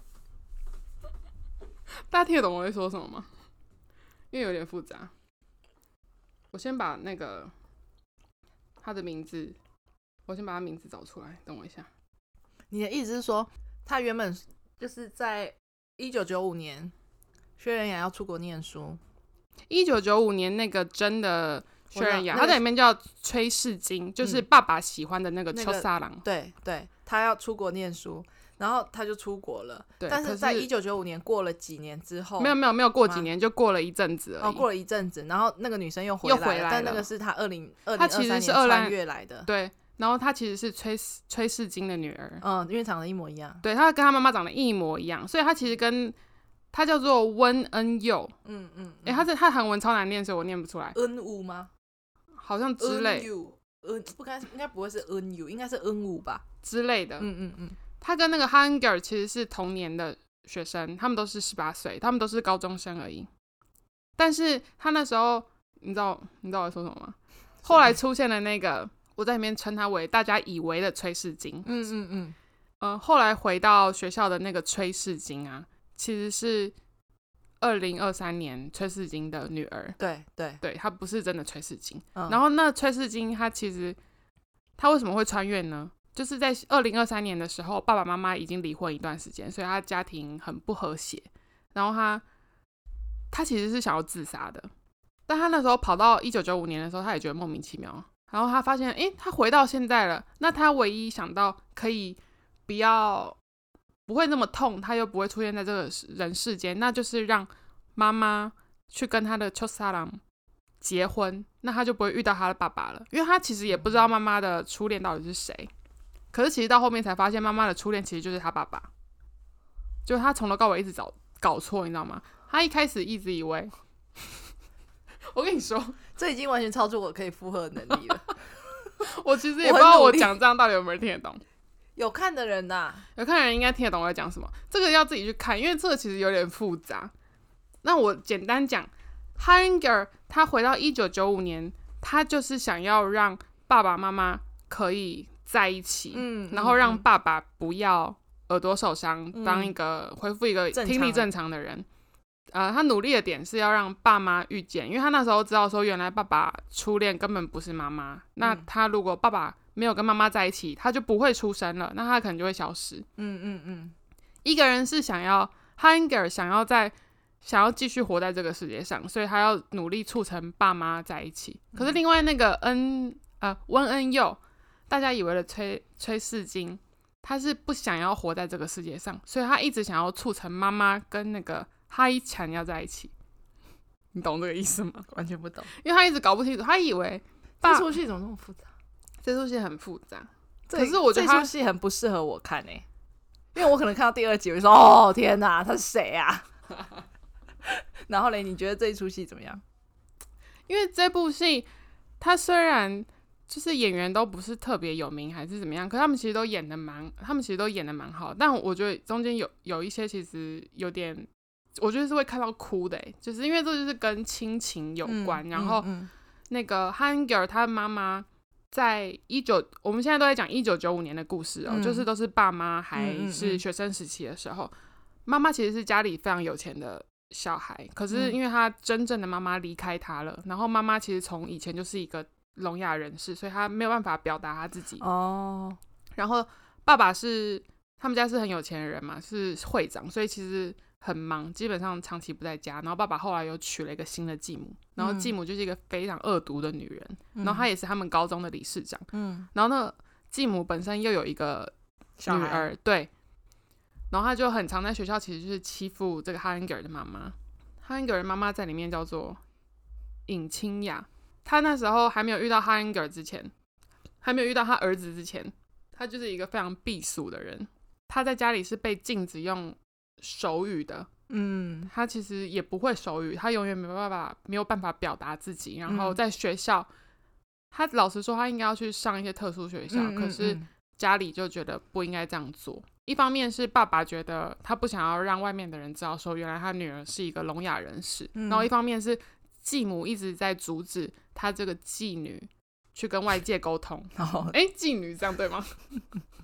大家听得懂我在说什么吗？因为有点复杂。我先把那个他的名字，我先把他名字找出来，等我一下。 你的意思是说，他原本就是在一九九五年，薛仁雅要出国念书。 一九九五年那个真的薛仁雅，他在里面叫崔世金，就是嗯爸爸喜欢的那个秋沙郎、那个。对对，他要出国念书，然后他就出国了。 对， 但是在一九九五年过了几年之后， 没有没有没有过几年，就过了一阵子而已。 哦，过了一阵子，然后那个女生又回来了， 又回来了， 但那个是他二零二零二三年穿越来的。 对。然后她其实是崔崔世金的女儿， 嗯，因为长得一模一样。 对，她跟她妈妈长得一模一样，所以她其实跟她叫做温恩佑， 嗯嗯， 哎、欸，她是她韩文超难念，所以我念不出来。 恩武吗？ 好像之类， 恩不该应该不会是恩武，应该是恩武吧之类的。 嗯嗯嗯， 她跟那个 Hanger 其实是同年的学生，他们都是十八岁，他们都是高中生而已。但是她那时候，你知道你知道我在说什么吗？后来出现了那个。我在里面称他为大家以为的崔世金， 嗯嗯嗯， 呃，后来回到学校的那个崔世金啊，其实是二零二三年崔世金的女儿， 对对对，她不是真的崔世金。 嗯、 然后那崔世金他其实他为什么会穿越呢？就是在二零二三年的时候，爸爸妈妈已经离婚一段时间，所以他家庭很不和谐，然后他他其实是想要自杀的，但他那时候跑到一九九五年的时候，他也觉得莫名其妙。然后他发现，诶，他回到现在了。那他唯一想到可以不要不会那么痛，他又不会出现在这个人世间，那就是让妈妈去跟他的秋沙郎结婚，那他就不会遇到他的爸爸了。因为他其实也不知道妈妈的初恋到底是谁，可是其实到后面才发现，妈妈的初恋其实就是他爸爸，就他从头到尾一直找搞错，你知道吗？他一开始一直以为。我跟你说， 这已经完全超出我可以负荷的能力了。 我其实也不知道我讲这样到底有没有人听得懂。 有看的人呐、啊， 有看的人应该听得懂我在讲什么。这个要自己去看，因为这个其实有点复杂。那我简单讲 ，Hanger 他回到一九九五年，他就是想要让爸爸妈妈可以在一起， 嗯， 然后让爸爸不要耳朵受伤， 嗯、 当一个恢复一个听力正常的人。呃，他努力的点是要让爸妈遇见，因为他那时候知道说，原来爸爸初恋根本不是妈妈。那他如果爸爸没有跟妈妈在一起，他就不会出生了，那他可能就会消失。 嗯嗯嗯。 一个人是想要 Hanger 想要在想要继续活在这个世界上，所以他要努力促成爸妈在一起。可是另外那个恩呃温恩佑，大家以为的崔崔世金，他是不想要活在这个世界上，所以他一直想要促成妈妈跟那个哈一强要在一起。你懂这个意思吗？ 完全不懂， 因为他一直搞不清楚，他以为这出戏怎么那么复杂？ 这出戏很复杂，可是我觉得这出戏很不适合我看诶、欸，因为我可能看到第二集我就说哦天哪，他是谁啊？然后嘞，你觉得这一出戏怎么样？ 因为这部戏他虽然就是演员都不是特别有名还是怎么样，可是他们其实都演的蛮，他们其实都演的蛮好，但我觉得中间有有一些其实有点，我觉得是会看到哭的、欸，就是因为这就是跟亲情有关， 嗯、 然后嗯嗯那个 Hanger 他妈妈在一九，我们现在都在讲一九九五年的故事哦、喔嗯，就是都是爸妈还是学生时期的时候，妈妈其实是家里非常有钱的小孩，可是因为他真正的妈妈离开他了，然后妈妈其实从以前就是一个聋哑人士，所以他没有办法表达他自己哦。 然后爸爸是他们家是很有钱的人嘛，是会长，所以其实很忙，基本上长期不在家。然后爸爸后来又娶了一个新的继母，然后继母就是一个非常恶毒的女人，嗯、然后她也是他们高中的理事长。嗯，然后那继母本身又有一个女儿，对，然后他就很常在学校其实就是欺负这个 Hanger 的妈妈。Hanger 的妈妈在里面叫做尹清雅。他那时候还没有遇到 Hanger 之前，还没有遇到他儿子之前，他就是一个非常避俗的人。他在家里是被禁止用手语的，嗯，他其实也不会手语，他永远没有办法没有办法表达自己。然后在学校，嗯、他老实说，他应该要去上一些特殊学校，嗯嗯嗯，可是家里就觉得不应该这样做。一方面是爸爸觉得他不想要让外面的人知道说原来他女儿是一个聋哑人士，嗯、然后一方面是继母一直在阻止他这个继女去跟外界沟通。哎、哦，继女这样对吗？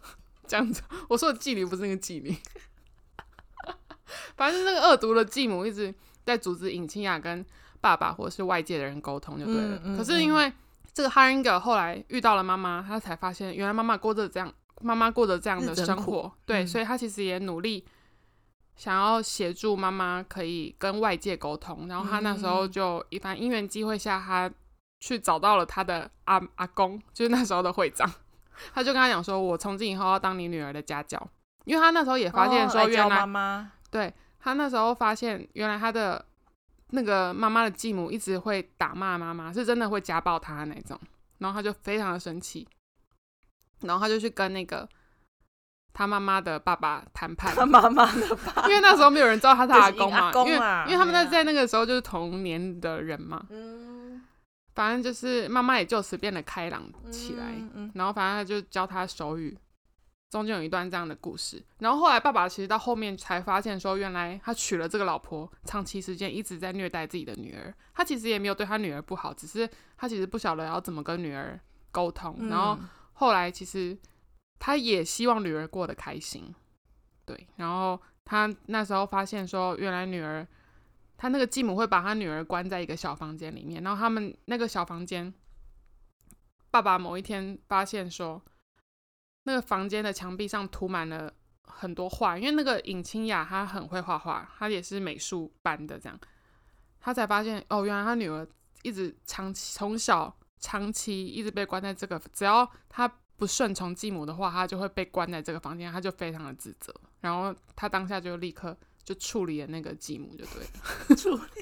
这样子，我说的妓女不是那个妓女。反正那个恶毒的继母一直在阻止尹清雅跟爸爸或者是外界的人沟通就对了、嗯嗯、可是因为这个 Haringa 后来遇到了妈妈，他才发现原来妈妈过着这样妈妈过着这样的生活，对、嗯、所以他其实也努力想要协助妈妈可以跟外界沟通，然后他那时候就一番因缘机会下，他去找到了他的阿阿公，就是那时候的会长，他就跟他讲说，我从今以后要当你女儿的家教，因为他那时候也发现说原来、哦、 妈妈， 对，他那时候发现原来他的那个妈妈的继母一直会打骂妈妈，是真的会家暴他那种，然后他就非常的生气，然后他就去跟那个他妈妈的爸爸谈判， 他妈妈的爸爸， 因为那时候没有人知道他是阿公嘛， 阿公因啊、 为因为他们在在那个时候就是同年的人嘛，嗯，反正就是妈妈也就此变得开朗起来，嗯嗯、然后反正他就教他手语，中间有一段这样的故事，然后后来爸爸其实到后面才发现说，原来他娶了这个老婆，长期时间一直在虐待自己的女儿，他其实也没有对他女儿不好，只是他其实不晓得要怎么跟女儿沟通、嗯、然后后来其实他也希望女儿过得开心，对，然后他那时候发现说，原来女儿他那个继母会把他女儿关在一个小房间里面，然后他们那个小房间，爸爸某一天发现说那个房间的墙壁上涂满了很多画，因为那个尹清雅她很会画画，她也是美术班的，这样他才发现哦，原来他女儿一直长期从小长期一直被关在这个，只要他不顺从继母的话，他就会被关在这个房间，他就非常的自责，然后他当下就立刻就处理了那个继母就对了。 处理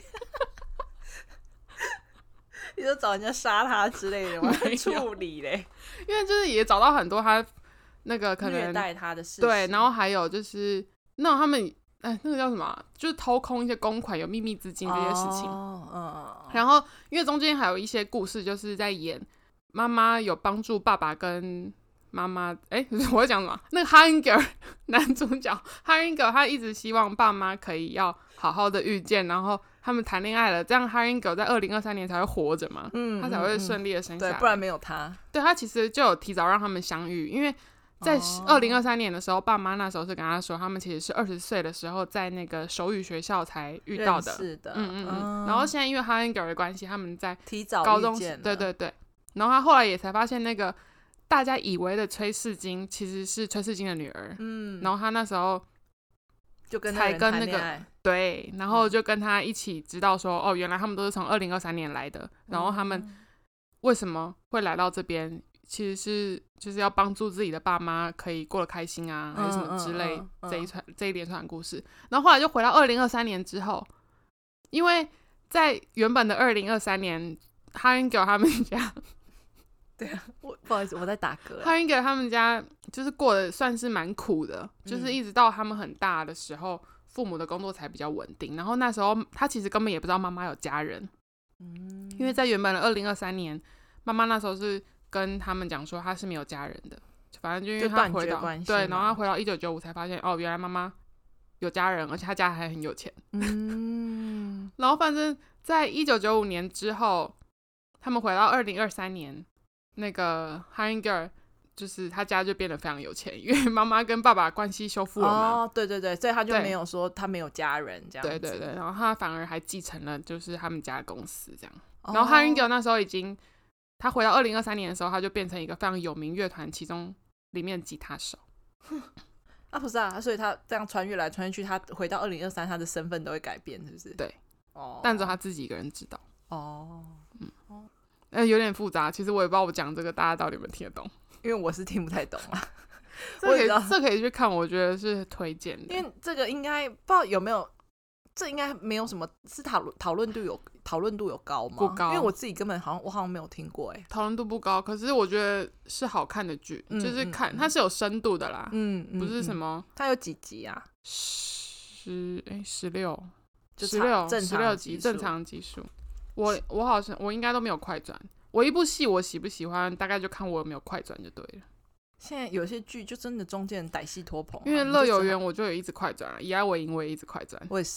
你就找人家杀他之类的吗？处理嘞， 因为就是也找到很多他那个可能虐待他的事情， 对，然后还有就是那种他们哎那个叫什么、啊，就是偷空一些公款有秘密资金这些事情、哦嗯、然后因为中间还有一些故事就是在演妈妈有帮助爸爸跟妈妈，哎，我在讲什么？那个 Haringa 男主角 Haringa 他一直希望爸妈可以要好好的遇见，然后他们谈恋爱了，这样 Haringa 在二零二三年才会活着嘛，嗯，他才会顺利的生下来、 嗯嗯、对，不然没有他， 对，他其实就有提早让他们相遇，因为在二零二三年的时候、哦、爸妈那时候是跟他说他们其实是二十岁的时候在那个手语学校才遇到的， 是的， 嗯嗯嗯、哦，然后现在因为 Haringa 的关系，他们在提早高中遇见了， 对对对，然后他后来也才发现那个大家以为的崔世金其实是崔世金的女儿，嗯，然后他那时候就跟才跟那个对，然后就跟他一起知道说、嗯、哦，原来他们都是从二零二三年来的，然后他们为什么会来到这边，其实是就是要帮助自己的爸妈可以过得开心啊，还是什么之类、嗯嗯嗯、这一串这一连串故事，然后后来就回到二零二三年之后，因为在原本的二零二三年 Haringa 他们家对啊，我不好意思，我在打嗝。 Haringa他们家就是过得算是蛮苦的、嗯，就是一直到他们很大的时候，父母的工作才比较稳定。然后那时候他其实根本也不知道妈妈有家人，嗯，因为在原本的二零二三年，妈妈那时候是跟他们讲说她是没有家人的，反正就因为他回到对，然后他回到一九九五才发现哦，原来妈妈有家人，而且他家还很有钱。嗯，然后反正在一九九五年之后，他们回到二零二三年。那个 Haringa 就是他家就变得非常有钱，因为妈妈跟爸爸关系修复了嘛。 哦，对对对，所以他就没有说他没有家人这样子。 对对对，然后他反而还继承了就是他们家的公司这样。哦、然后 Haringa 那时候已经，他回到二零二三年的时候，他就变成一个非常有名乐团其中里面的吉他手。 啊不是啊，所以他这样穿越来穿越去，他回到二零二三，他的身份都会改变，是不是？ 对， 哦， 但只有他自己一个人知道。 哦， 嗯。呃、有点复杂，其实我也不知道我讲这个大家到底有没有听得懂， 因为我是听不太懂啊。 这可以这可以去看，我觉得是推荐的， 因为这个应该不知道有没有，这应该没有什么是讨论讨论度有讨论度有高吗？ 不高， 因为我自己根本好像我好像没有听过哎、欸， 讨论度不高，可是我觉得是好看的剧、嗯，就是看、嗯、它是有深度的啦，嗯，不是什么， 它有几集啊？ 十哎十六，十六十六集正常集数。我我好像我应该都没有快转，我一部戏我喜不喜欢，大概就看我有没有快转就对了。 现在有些剧就真的中间歹戏拖棚、啊， 因为乐游原我就有一直快转啊，以爱为营我也一直快转， 我也是，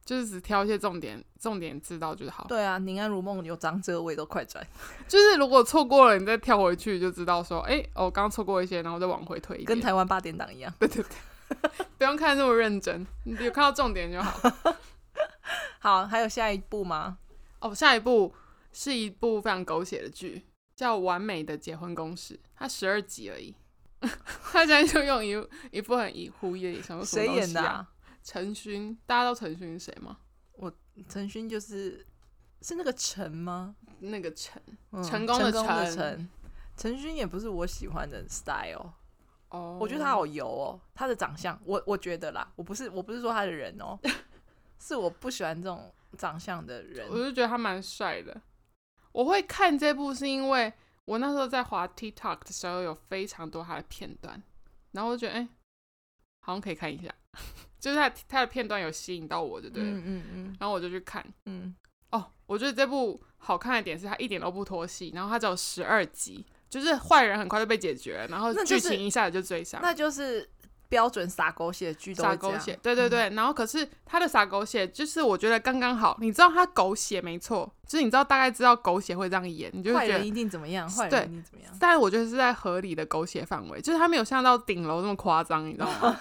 就是只挑一些重点，重点知道就好。 对啊，宁安如梦有张这位都快转。 就是如果错过了，你再跳回去就知道说，哎、欸，我、哦、刚刚错过一些，然后再往回推一点， 跟台湾八点档一样。 对对对，不用看那么认真，你有看到重点就好。 好，还有下一部吗？ 哦，下一部是一部非常狗血的剧，叫《完美的结婚公式》，它十二集而已。他现在就用一一副很一呼一想说什么东西啊？谁演的啊？陈勋，大家知道陈勋是谁吗？ 我陈勋就是是那个陈吗？ 那个陈， 嗯、 成功的陈。陈勋也不是我喜欢的 style。哦，我觉得他好油哦，他的长相，我我觉得啦，我不是我不是说他的人哦，是我不喜欢这种长相的人。 我就觉得他蛮帅的。我会看这部是因为我那时候在滑 TikTok 的时候有非常多他的片段，然后我就觉得哎、欸，好像可以看一下。就是 他, 他的片段有吸引到我就对了， 嗯嗯嗯， 然后我就去看， 嗯， 哦，我觉得这部好看的点是他一点都不拖戏，然后他只有十二集，就是坏人很快就被解决了，然后剧情一下子就追上， 那就是标准撒狗血剧都会这样， 撒狗血，对对对、嗯，然后可是他的撒狗血就是我觉得刚刚好，你知道他狗血没错，就是你知道大概知道狗血会这样演，你就会觉得坏人一定怎么样，坏人一定怎么样， 但是我觉得是在合理的狗血范围，就是他没有像到顶楼那么夸张，你知道吗？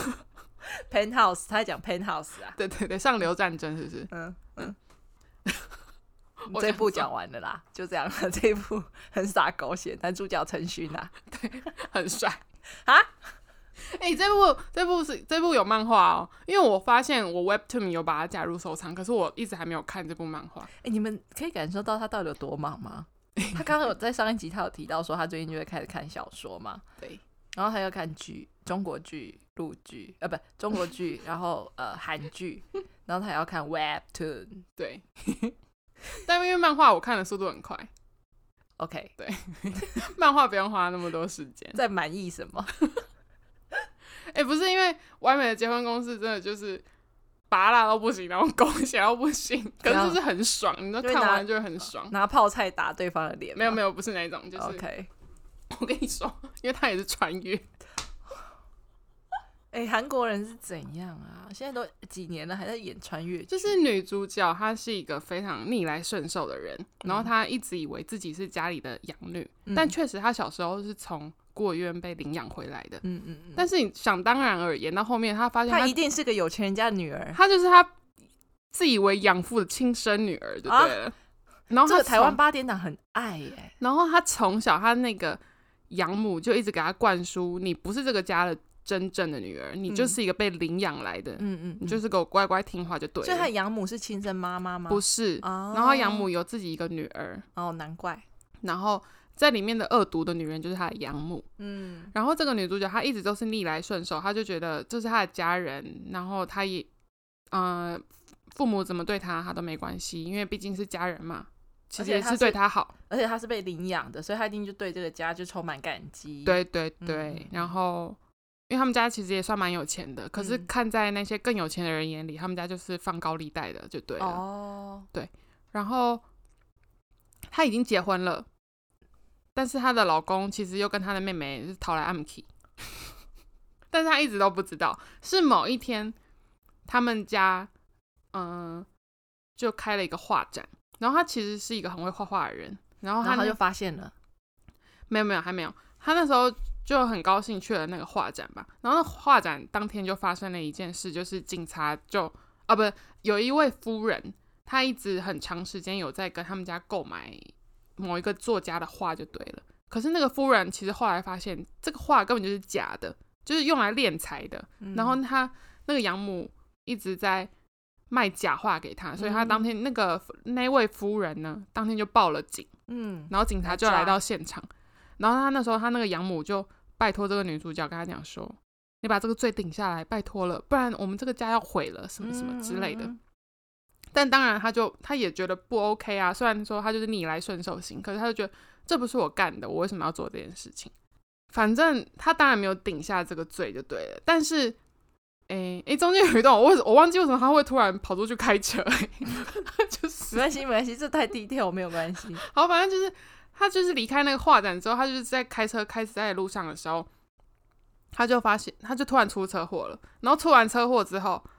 Penthouse， 他在讲 Penthouse 啊， 对对对，上流战争是不是？嗯嗯， 这一部讲完了啦，就这样了。这一部很洒狗血，男主角陈勋啊， 对，很帅啊。 哎、欸，这部这部是这部有漫画哦，因为我发现我 Webtoon 有把它加入收藏，可是我一直还没有看这部漫画。 哎、欸，你们可以感受到他到底有多忙吗？他刚刚有在上一集他有提到说他最近就会开始看小说嘛， 对， 然後他要看剧，中国剧、陆剧，呃，不，中国剧，然后呃韩剧，然后他还要看 Webtoon， 对，但因为漫画我看的速度很快 ，OK， 对，漫画不用花那么多时间。 在满意什么？ 哎、欸，不是因为完美的结婚公式真的就是拔辣都不行，然后狗血到不行，可是就是很爽，你都看完就会很爽， 拿泡菜打对方的脸。 没有没有，不是那种，就是 OK。 我跟你说，因为他也是穿越。 哎、欸，韩国人是怎样啊？现在都几年了，还在演穿越剧。 就是女主角，她是一个非常逆来顺受的人，嗯、然后她一直以为自己是家里的养女，嗯、但确实她小时候是从孤儿院被领养回来的。嗯嗯嗯。但是你想当然而言，到后面她发现她一定是个有钱人家的女儿， 她就是她自以为养父的亲生女儿，就对了。啊、然后这个台湾八点档很爱耶。 然后她从小她那个养母就一直给她灌输，你不是这个家的真正的女儿，你就是一个被领养来的，嗯嗯嗯，你就是给我乖乖听话就对了。 所以他养母是亲生妈妈吗？ 不是，哦、然后养母有自己一个女儿， 哦，难怪。 然后在里面的恶毒的女人就是他的养母，嗯，然后这个女主角她一直都是逆来顺受，她就觉得这是她的家人，然后她也，呃，父母怎么对她她都没关系，因为毕竟是家人嘛。其实也是对她好， 而且她是被领养的，所以她一定就对这个家就充满感激。 对对对，嗯、然后。因为他们家其实也算蛮有钱的，可是看在那些更有钱的人眼里，嗯、他们家就是放高利贷的，就对了。哦，对。然后她已经结婚了，但是她的老公其实又跟她的妹妹是逃来暗去，但是她一直都不知道。是某一天，他们家嗯、呃、就开了一个画展，然后他其实是一个很会画画的人，然后 他, 然后他就发现了， 没有没有还没有，他那时候。就很高兴去了那个画展吧，然后那画展当天就发生了一件事，就是警察就啊不有一位夫人，她一直很长时间有在跟他们家购买某一个作家的画就对了，可是那个夫人其实后来发现这个画根本就是假的，就是用来敛财的、嗯、然后他那个养母一直在卖假画给他，所以他当天那个、嗯、那位夫人呢当天就报了警，嗯，然后警察就来到现场，然后他那时候他那个养母就拜托这个女主角跟她讲说，你把这个罪顶下来，拜托了，不然我们这个家要毁了什么什么之类的、嗯、但当然他就他也觉得不 OK 啊，虽然说他就是逆来顺受型，可是他就觉得这不是我干的，我为什么要做这件事情，反正他当然没有顶下这个罪就对了，但是诶诶，中间有一段我我忘记为什么他会突然跑出去开车、欸、就是没关系没关系，这太低调没有关系。 好，反正就是他就是离开那个画展之后，他就是在开车开始在路上的时候，他就发现他就突然出车祸了，然后出完车祸之后，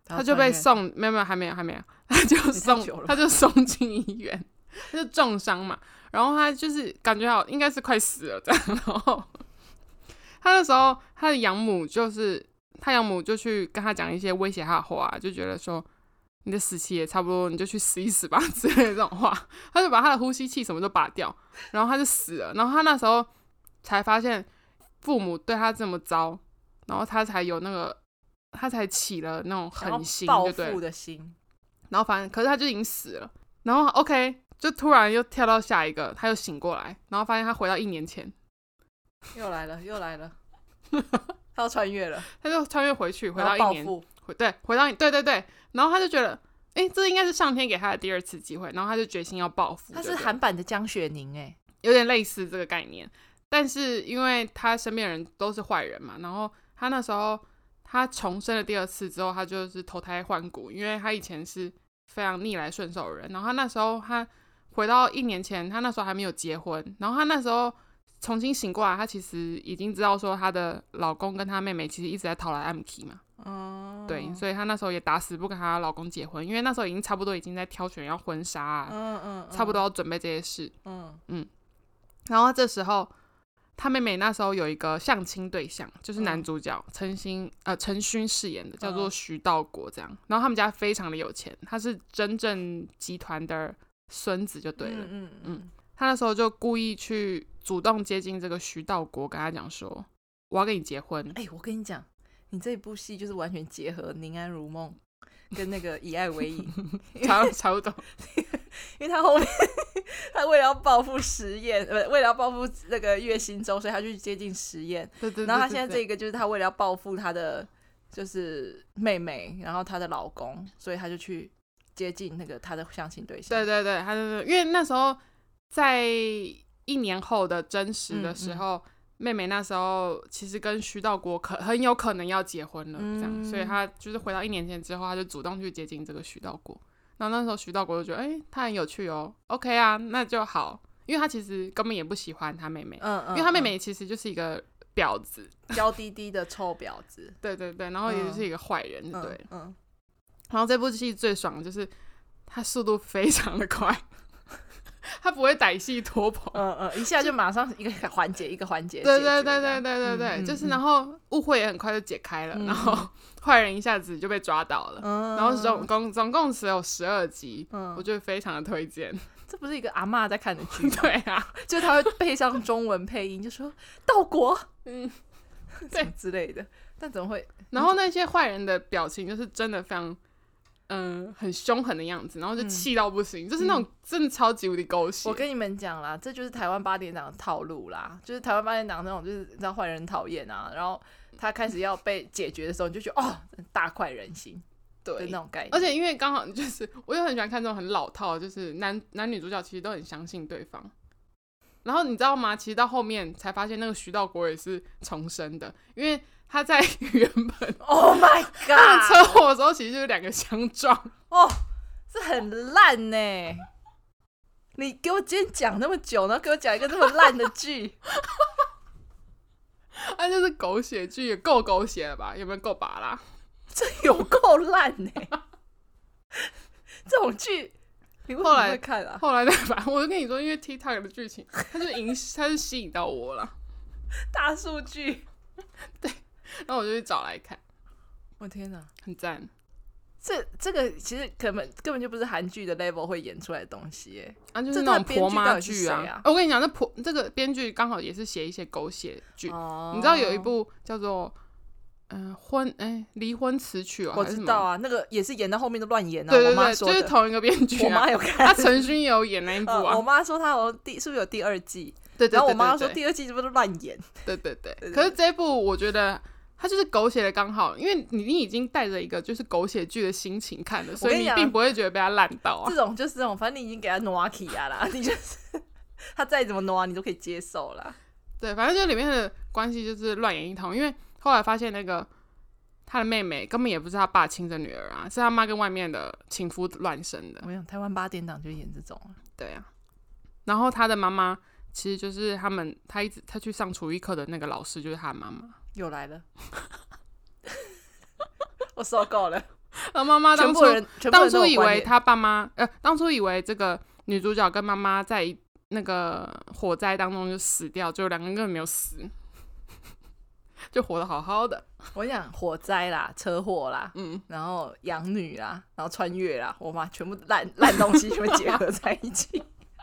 他就被送，没有没有还没有还没有，他就送他就送进医院，他就重伤嘛，然后他就是感觉好应该是快死了这样，然后他那时候他的养母就是他养母就去跟他讲一些威胁他的话，就觉得说你的死期也差不多，你就去死一死吧之类的这种话，他就把他的呼吸器什么都拔掉，然后他就死了，然后他那时候才发现父母对他这么糟，然后他才有那个他才起了那种狠心， 报复的心， 然后反正可是他就已经死了，然后 OK 就突然又跳到下一个，他又醒过来，然后发现他回到一年前， 又来了又来了，他要穿越了， 他就穿越回去回到一年，回对回到对对对，然后他就觉得哎，这应该是上天给他的第二次机会，然后他就决心要报复。 他是韩版的江雪宁哎， 有点类似这个概念，但是因为他身边的人都是坏人嘛，然后他那时候他重生了第二次之后，他就是投胎换骨，因为他以前是非常逆来顺受的人，然后他那时候他回到一年前，他那时候还没有结婚，然后他那时候重新醒过来，他其实已经知道说他的老公跟他妹妹其实一直在讨来暗 key 嘛。哦，对，所以她那时候也打死不跟她老公结婚，因为那时候已经差不多已经在挑选要婚纱啊，嗯嗯嗯，差不多要准备这些事，嗯嗯。然后这时候，她妹妹那时候有一个相亲对象，就是男主角陈星呃陈勋饰演的，叫做徐道国这样。然后他们家非常的有钱，他是真正集团的孙子就对了，嗯嗯嗯。他那时候就故意去主动接近这个徐道国，跟他讲说，我要跟你结婚。 哎、欸，我跟你讲。你这一部戏就是完全结合《宁安如梦》跟那个《以爱为营》 差差不多， 因为他后面他为了要报复实验，呃，为了要报复那个月薪周，所以他去接近实验。 对 对, 对, 对, 对。 然后他现在这个就是他为了要报复他的就是妹妹，然后他的老公，所以他就去接近那个他的相亲对象。 对对对，他就是因为那时候在一年后的真实的时候。嗯嗯妹妹那时候其实跟徐道国可很有可能要结婚了，这样，嗯、所以她就是回到一年前之后，她就主动去接近这个徐道国。然后那时候徐道国就觉得，哎、欸，他很有趣哦 ，OK 啊，那就好，因为他其实根本也不喜欢他妹妹，嗯嗯，因为他妹妹其实就是一个婊子， 娇滴滴的臭婊子， 对对对，然后也就是一个坏人，对、嗯嗯，然后这部戏最爽的就是他速度非常的快。他不会歹戏拖棚， 嗯嗯，一下就马上一个环节一个环节， 对对对对对对对，嗯、就是然后误会也很快就解开了，嗯、然后坏人一下子就被抓到了，嗯、然后总共总共只有十二集，嗯、我觉得非常的推荐。 这不是一个阿嬷在看的剧吗？ 对啊， 就是他会配上中文配音，就说道国，嗯，对之类的，但怎么会？ 然后那些坏人的表情就是真的非常。嗯，很凶狠的样子，然后就气到不行，嗯、就是那种真的超级无敌狗血。 我跟你们讲啦，这就是台湾八点档的套路啦，就是台湾八点档那种，就是你知道坏人很讨厌啊，然后他开始要被解决的时候，你就觉得哦，大快人心，对那种概念。 而且因为刚好就是，我又很喜欢看这种很老套，就是男男女主角其实都很相信对方。然后你知道吗？其实到后面才发现，那个徐道国也是重生的，因为。他在原本 ，Oh my God， 他们车祸的时候其实就是两个相撞， 哦，这很烂呢。你给我今天讲那么久，然后给我讲一个这么烂的剧， 那就是狗血剧，也够狗血了吧？有没有够拔啦？ 这有够烂呢！这种剧你为什么会看啊？ 后来再把，我就跟你说，因为 TikTok 的剧情，它就引，它就吸引到我了。 大数据， 对。然后我就去找来看， 我天哪， 很赞！ 这这个其实根本根本就不是韩剧的 level 会演出来的东西耶， 啊，就是那种婆妈剧啊。啊我跟你讲，这婆这个编剧刚好也是写一些狗血剧。哦、你知道有一部叫做嗯、呃、婚哎离婚词曲哦， 我知道啊，那个也是演到后面都乱演啊。 对对对， 我妈说就是同一个编剧、啊。 我妈有看， 他陈勋也有演那一部啊。 呃、我妈说他有第是不是有第二季？ 对对对对对， 然后我妈说第二季是不是乱演？ 对对 对, 對, 對, 對。可是这一部我觉得。它就是狗血的刚好，因为你你已经带着一个就是狗血剧的心情看了，所以你并不会觉得被他烂到啊。 这种就是这种，反正你已经给他挪起啊啦，你就是他再怎么挪啊，你都可以接受啦。 对，反正就里面的关系就是乱演一通，因为后来发现那个他的妹妹根本也不是他爸亲生女儿啊，是他妈跟外面的情夫乱生的。 我想台湾八点档就演这种。 对啊，然后他的妈妈其实就是他们，他一直他去上厨艺课的那个老师就是他的妈妈。 又来了，我受够了。 然后妈妈当初全部人全部人当初以为都有观点他爸妈呃，当初以为这个女主角跟妈妈在那个火灾当中就死掉，结果两个人根本没有死，就活得好好的。 我讲火灾啦、车祸啦，嗯，然后养女啦，然后穿越啦，我妈全部烂烂东西全部结合在一起。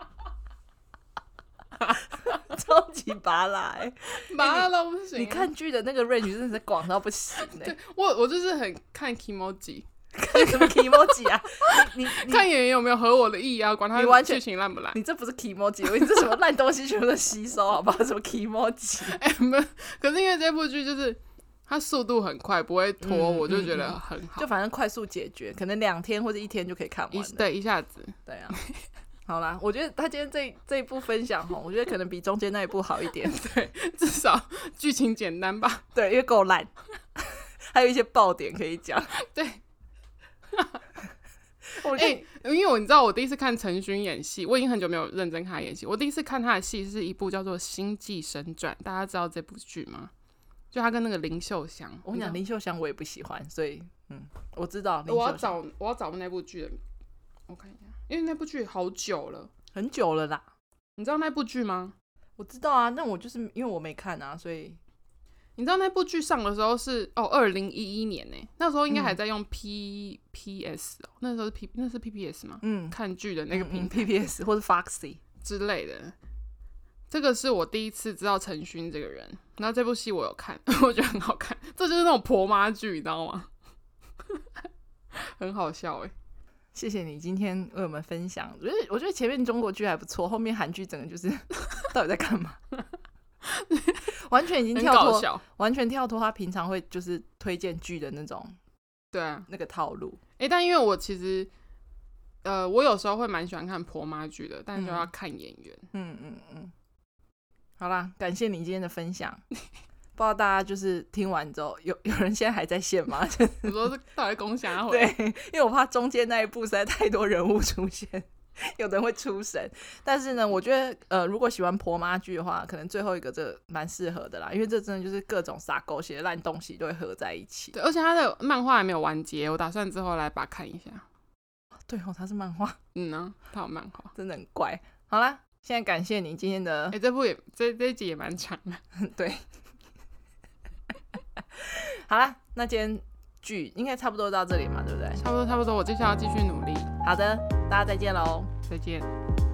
超级拔辣哎、欸， 拔辣到不行、啊你！你看剧的那个 range 真的是广到不行哎、欸。 对我，我就是很看 kimoji， 看什么 kimoji 啊？你你你看演员有没有合我的意啊？管他剧情烂不烂。 你这不是 kimoji， 你这什么烂东西全部都吸收，好不好？什么 kimoji？ 哎、欸，不，可是因为这部剧就是它速度很快，不会拖， 嗯、 我就觉得很好。 就反正快速解决，可能两天或者一天就可以看完了。 对，一下子。 对啊。好啦，我觉得他今天这这一部分享吼，我觉得可能比中间那一部好一点。 对，至少剧情简单吧。 对，因为够烂，还有一些爆点可以讲。 对， 我觉得、 欸，因为我你知道，我第一次看陈勋演戏，我已经很久没有认真看他演戏。我第一次看他的戏是一部叫做《星际神传》，大家知道这部剧吗？就他跟那个林秀祥。 我跟你讲，林秀祥我也不喜欢，所以嗯，我知道。 我要找我要找那部剧的，我看一下。因为那部剧好久了， 很久了啦。 你知道那部剧吗？ 我知道啊，那我就是因为我没看啊，所以你知道那部剧上的时候是哦，二零一一年呢，那时候应该还在用 P、嗯、P S 哦，那时候是 P 那是 P P S 吗？嗯，看剧的那个平台、 嗯嗯、P P S 或是 Foxy 之类的。这个是我第一次知道陈勋这个人，然后这部戏我有看，我觉得很好看，这就是那种婆妈剧，你知道吗？很好笑哎。 谢谢你今天为我们分享，我觉得我觉得前面中国剧还不错，后面韩剧整个就是到底在干嘛？完全已经跳脱，完全跳脱他平常会就是推荐剧的那种， 对啊， 那个套路。 哎、欸，但因为我其实，呃，我有时候会蛮喜欢看婆妈剧的，但是就要看演员。嗯嗯嗯。 好啦，感谢你今天的分享。不知道大家就是听完之后，有有人现在还在线吗？ 你说是到底攻下回？ 对，因为我怕中间那一部实在太多人物出现，有的人会出神。但是呢，我觉得呃，如果喜欢婆妈剧的话，可能最后一个这蛮适合的啦，因为这真的就是各种撒狗血的烂东西都会合在一起。 对，而且他的漫画还没有完结，我打算之后来把它看一下。 对哦，他是漫画。 嗯呢、啊，他有漫画， 真的很怪。好啦，现在感谢你今天的， 哎、欸，这部也这这一集也蛮长的。 对。好啦，那今天剧应该差不多到这里嘛，对不对？ 差不多，差不多，我接下来要继续努力。 好的，大家再见喽， 再见。